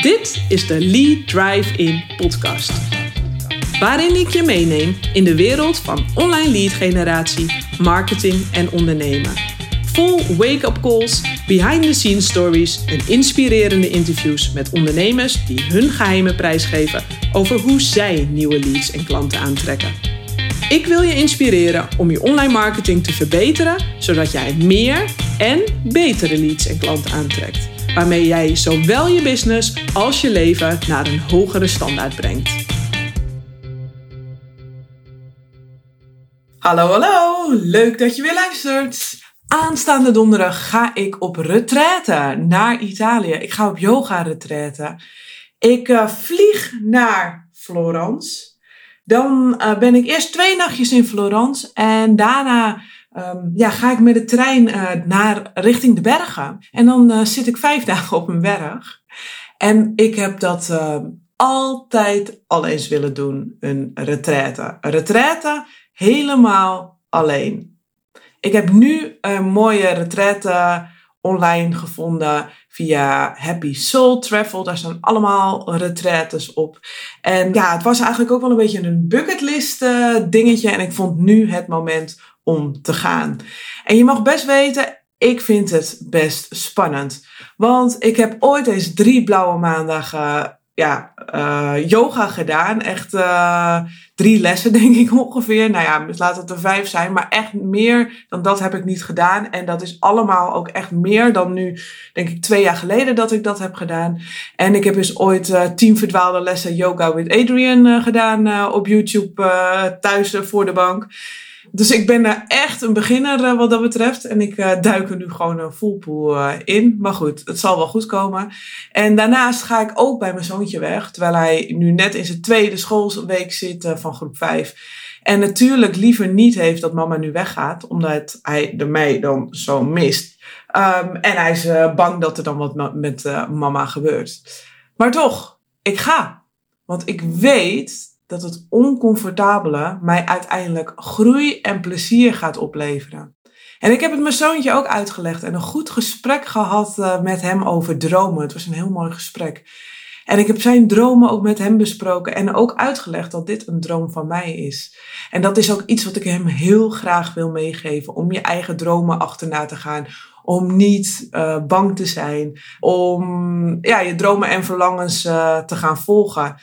Dit is de Lead Drive-In podcast, waarin ik je meeneem in de wereld van online lead generatie, marketing en ondernemen. Vol wake-up calls, behind-the-scenes stories en inspirerende interviews met ondernemers die hun geheimen prijsgeven over hoe zij nieuwe leads en klanten aantrekken. Ik wil je inspireren om je online marketing te verbeteren, zodat jij meer en betere leads en klanten aantrekt, waarmee jij zowel je business als je leven naar een hogere standaard brengt. Hallo, leuk dat je weer luistert. Aanstaande donderdag ga ik op retraite naar Italië. Ik ga op yoga-retraite. Ik vlieg naar Florence. Dan ben ik eerst 2 nachtjes in Florence en daarna ga ik met de trein richting de bergen. En dan zit ik 5 dagen op een berg. En ik heb dat altijd al eens willen doen, een retraite. Een retraite helemaal alleen. Ik heb nu een mooie retraite online gevonden via Happy Soul Travel. Daar staan allemaal retraites op. En ja, het was eigenlijk ook wel een beetje een bucketlist dingetje. En ik vond nu het moment om te gaan. En je mag best weten, ik vind het best spannend. Want ik heb ooit eens 3 blauwe maandagen yoga gedaan. Echt 3 lessen denk ik ongeveer. Nou ja, laat het er 5 zijn. Maar echt meer dan dat heb ik niet gedaan. En dat is allemaal ook echt meer dan nu, denk ik 2 jaar geleden dat ik dat heb gedaan. En ik heb dus ooit 10 verdwaalde lessen Yoga with Adriene gedaan op YouTube thuis voor de bank. Dus ik ben daar echt een beginner wat dat betreft. En ik duik er nu gewoon een full pool in. Maar goed, het zal wel goed komen. En daarnaast ga ik ook bij mijn zoontje weg. Terwijl hij nu net in zijn 2e schoolweek zit van groep 5. En natuurlijk liever niet heeft dat mama nu weggaat. Omdat hij mij dan zo mist. En hij is bang dat er dan wat met mama gebeurt. Maar toch, ik ga. Want ik weet dat het oncomfortabele mij uiteindelijk groei en plezier gaat opleveren. En ik heb het mijn zoontje ook uitgelegd en een goed gesprek gehad met hem over dromen. Het was een heel mooi gesprek. En ik heb zijn dromen ook met hem besproken en ook uitgelegd dat dit een droom van mij is. En dat is ook iets wat ik hem heel graag wil meegeven, om je eigen dromen achterna te gaan. Om niet bang te zijn, om je dromen en verlangens te gaan volgen.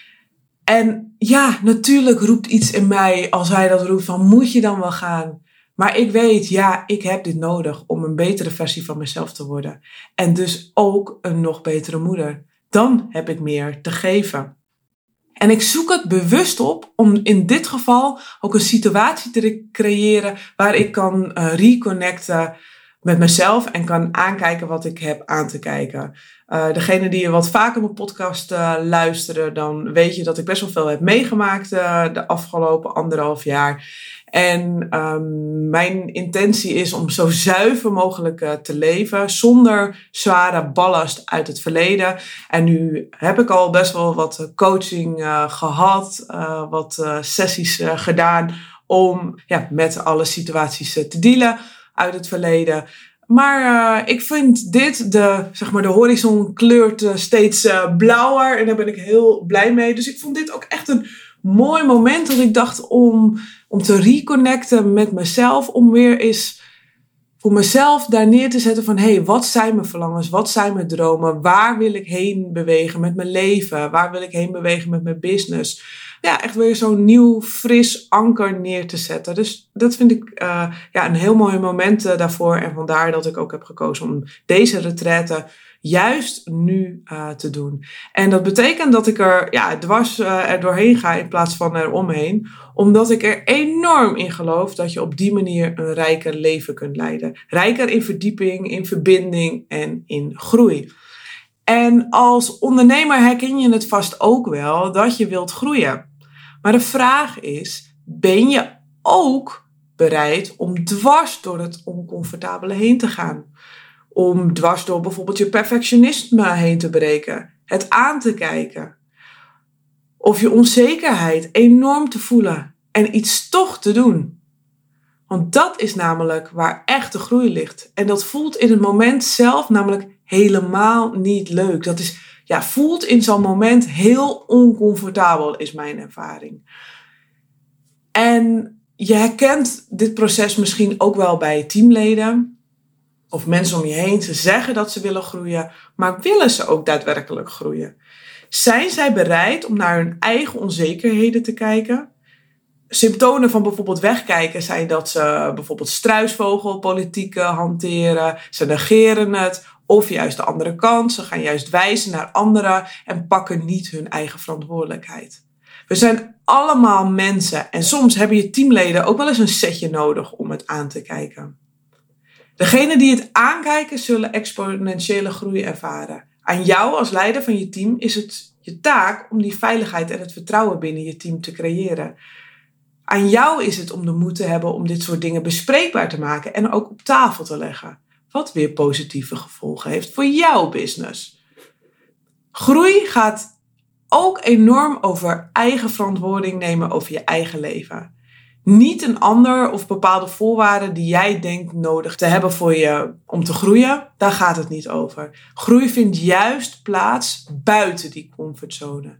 En ja, natuurlijk roept iets in mij, als hij dat roept, van moet je dan wel gaan? Maar ik weet, ik heb dit nodig om een betere versie van mezelf te worden. En dus ook een nog betere moeder. Dan heb ik meer te geven. En ik zoek het bewust op om in dit geval ook een situatie te creëren waar ik kan reconnecten met mezelf en kan aankijken wat ik heb aan te kijken. Degene die wat vaker mijn podcast luisteren, dan weet je dat ik best wel veel heb meegemaakt de afgelopen 1,5 jaar. En mijn intentie is om zo zuiver mogelijk te leven, zonder zware ballast uit het verleden. En nu heb ik al best wel wat coaching gehad, wat sessies gedaan om met alle situaties te dealen uit het verleden. Maar ik vind dit, de horizon kleurt steeds blauwer en daar ben ik heel blij mee. Dus ik vond dit ook echt een mooi moment dat ik dacht om te reconnecten met mezelf. Om weer eens voor mezelf daar neer te zetten van wat zijn mijn verlangens, wat zijn mijn dromen, waar wil ik heen bewegen met mijn leven, waar wil ik heen bewegen met mijn business. Ja, echt weer zo'n nieuw, fris anker neer te zetten. Dus dat vind ik een heel mooi moment daarvoor. En vandaar dat ik ook heb gekozen om deze retraite juist nu te doen. En dat betekent dat ik er dwars er doorheen ga in plaats van er omheen. Omdat ik er enorm in geloof dat je op die manier een rijker leven kunt leiden. Rijker in verdieping, in verbinding en in groei. En als ondernemer herken je het vast ook wel dat je wilt groeien. Maar de vraag is, ben je ook bereid om dwars door het oncomfortabele heen te gaan? Om dwars door bijvoorbeeld je perfectionisme heen te breken. Het aan te kijken. Of je onzekerheid enorm te voelen. En iets toch te doen. Want dat is namelijk waar echt de groei ligt. En dat voelt in het moment zelf namelijk helemaal niet leuk. Dat is voelt in zo'n moment heel oncomfortabel, is mijn ervaring. En je herkent dit proces misschien ook wel bij teamleden of mensen om je heen. Ze zeggen dat ze willen groeien, maar willen ze ook daadwerkelijk groeien? Zijn zij bereid om naar hun eigen onzekerheden te kijken? Symptomen van bijvoorbeeld wegkijken zijn dat ze bijvoorbeeld struisvogelpolitieken hanteren. Ze negeren het of juist de andere kant. Ze gaan juist wijzen naar anderen en pakken niet hun eigen verantwoordelijkheid. We zijn allemaal mensen en soms hebben je teamleden ook wel eens een setje nodig om het aan te kijken. Degenen die het aankijken zullen exponentiële groei ervaren. Aan jou als leider van je team is het je taak om die veiligheid en het vertrouwen binnen je team te creëren. Aan jou is het om de moed te hebben om dit soort dingen bespreekbaar te maken en ook op tafel te leggen. Wat weer positieve gevolgen heeft voor jouw business. Groei gaat ook enorm over eigen verantwoording nemen over je eigen leven. Niet een ander of bepaalde voorwaarden die jij denkt nodig te hebben voor je om te groeien. Daar gaat het niet over. Groei vindt juist plaats buiten die comfortzone.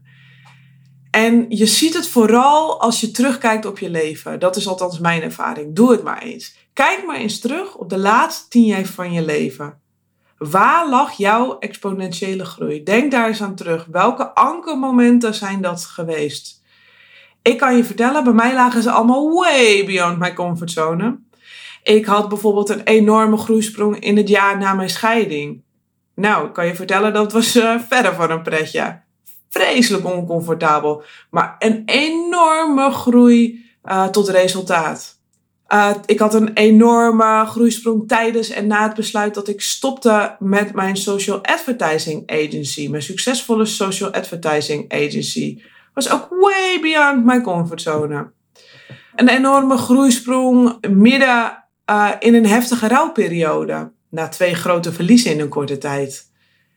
En je ziet het vooral als je terugkijkt op je leven. Dat is althans mijn ervaring. Doe het maar eens. Kijk maar eens terug op de laatste 10 jaar van je leven. Waar lag jouw exponentiële groei? Denk daar eens aan terug. Welke ankermomenten zijn dat geweest? Ik kan je vertellen, bij mij lagen ze allemaal way beyond my comfortzone. Ik had bijvoorbeeld een enorme groeisprong in het jaar na mijn scheiding. Nou, ik kan je vertellen, dat was verder van een pretje. Vreselijk oncomfortabel. Maar een enorme groei tot resultaat. Ik had een enorme groeisprong tijdens en na het besluit dat ik stopte met mijn social advertising agency. Mijn succesvolle social advertising agency. Was ook way beyond my comfortzone. Een enorme groeisprong midden in een heftige rouwperiode. Na 2 grote verliezen in een korte tijd.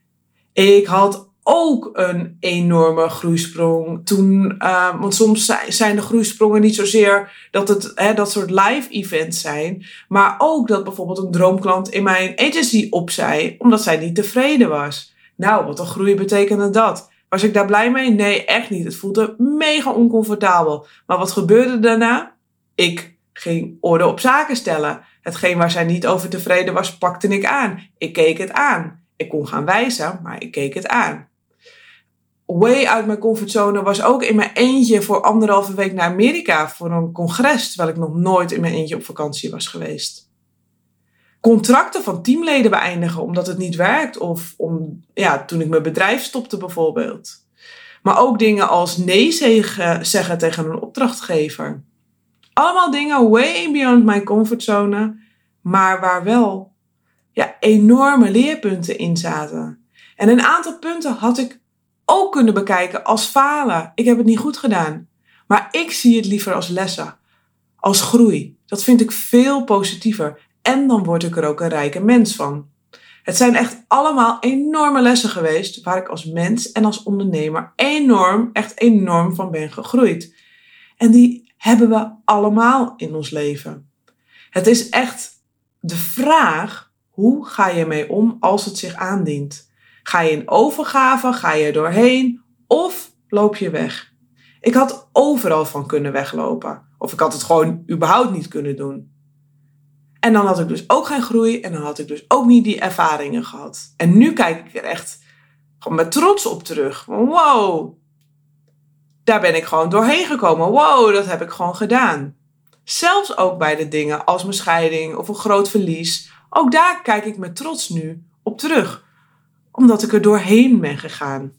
Ik had ook een enorme groeisprong toen, want soms zijn de groeisprongen niet zozeer dat het dat soort live events zijn, maar ook dat bijvoorbeeld een droomklant in mijn agency opzei, omdat zij niet tevreden was. Nou, wat een groei betekende dat? Was ik daar blij mee? Nee, echt niet. Het voelde mega oncomfortabel. Maar wat gebeurde daarna? Ik ging orde op zaken stellen. Hetgeen waar zij niet over tevreden was, pakte ik aan. Ik keek het aan. Ik kon gaan wijzen, maar ik keek het aan. Way uit mijn comfortzone was ook in mijn eentje voor 1,5 week naar Amerika voor een congres, terwijl ik nog nooit in mijn eentje op vakantie was geweest. Contracten van teamleden beëindigen omdat het niet werkt of toen ik mijn bedrijf stopte bijvoorbeeld. Maar ook dingen als nee zeggen tegen een opdrachtgever. Allemaal dingen way beyond my comfortzone, maar waar wel enorme leerpunten in zaten. En een aantal punten had ik ook kunnen bekijken als falen. Ik heb het niet goed gedaan. Maar ik zie het liever als lessen. Als groei. Dat vind ik veel positiever. En dan word ik er ook een rijke mens van. Het zijn echt allemaal enorme lessen geweest waar ik als mens en als ondernemer enorm van ben gegroeid. En die hebben we allemaal in ons leven. Het is echt de vraag, hoe ga je mee om als het zich aandient? Ga je in overgave, ga je er doorheen of loop je weg? Ik had overal van kunnen weglopen. Of ik had het gewoon überhaupt niet kunnen doen. En dan had ik dus ook geen groei en dan had ik dus ook niet die ervaringen gehad. En nu kijk ik er echt gewoon met trots op terug. Wow, daar ben ik gewoon doorheen gekomen. Wow, dat heb ik gewoon gedaan. Zelfs ook bij de dingen als mijn scheiding of een groot verlies. Ook daar kijk ik met trots nu op terug. Omdat ik er doorheen ben gegaan.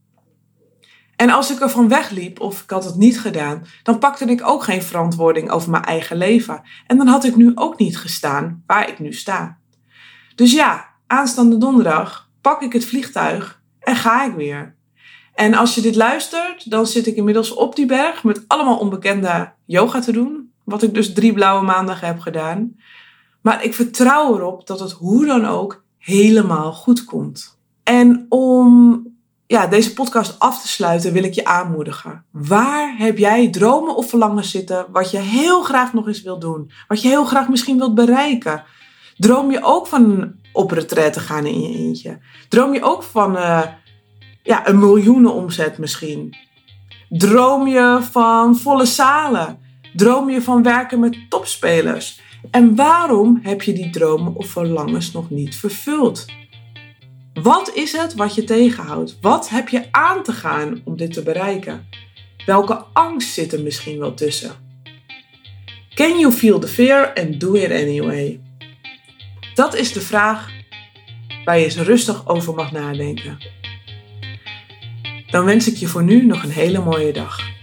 En als ik er van wegliep of ik had het niet gedaan, dan pakte ik ook geen verantwoording over mijn eigen leven. En dan had ik nu ook niet gestaan waar ik nu sta. Dus ja, aanstaande donderdag pak ik het vliegtuig en ga ik weer. En als je dit luistert, dan zit ik inmiddels op die berg met allemaal onbekende yoga te doen. Wat ik dus 3 blauwe maandagen heb gedaan. Maar ik vertrouw erop dat het hoe dan ook helemaal goed komt. En om deze podcast af te sluiten wil ik je aanmoedigen. Waar heb jij dromen of verlangens zitten wat je heel graag nog eens wilt doen? Wat je heel graag misschien wilt bereiken? Droom je ook van op retraite te gaan in je eentje? Droom je ook van Ja, een miljoenenomzet misschien. Droom je van volle zalen? Droom je van werken met topspelers? En waarom heb je die dromen of verlangens nog niet vervuld? Wat is het wat je tegenhoudt? Wat heb je aan te gaan om dit te bereiken? Welke angst zit er misschien wel tussen? Can you feel the fear and do it anyway? Dat is de vraag waar je eens rustig over mag nadenken. Dan wens ik je voor nu nog een hele mooie dag.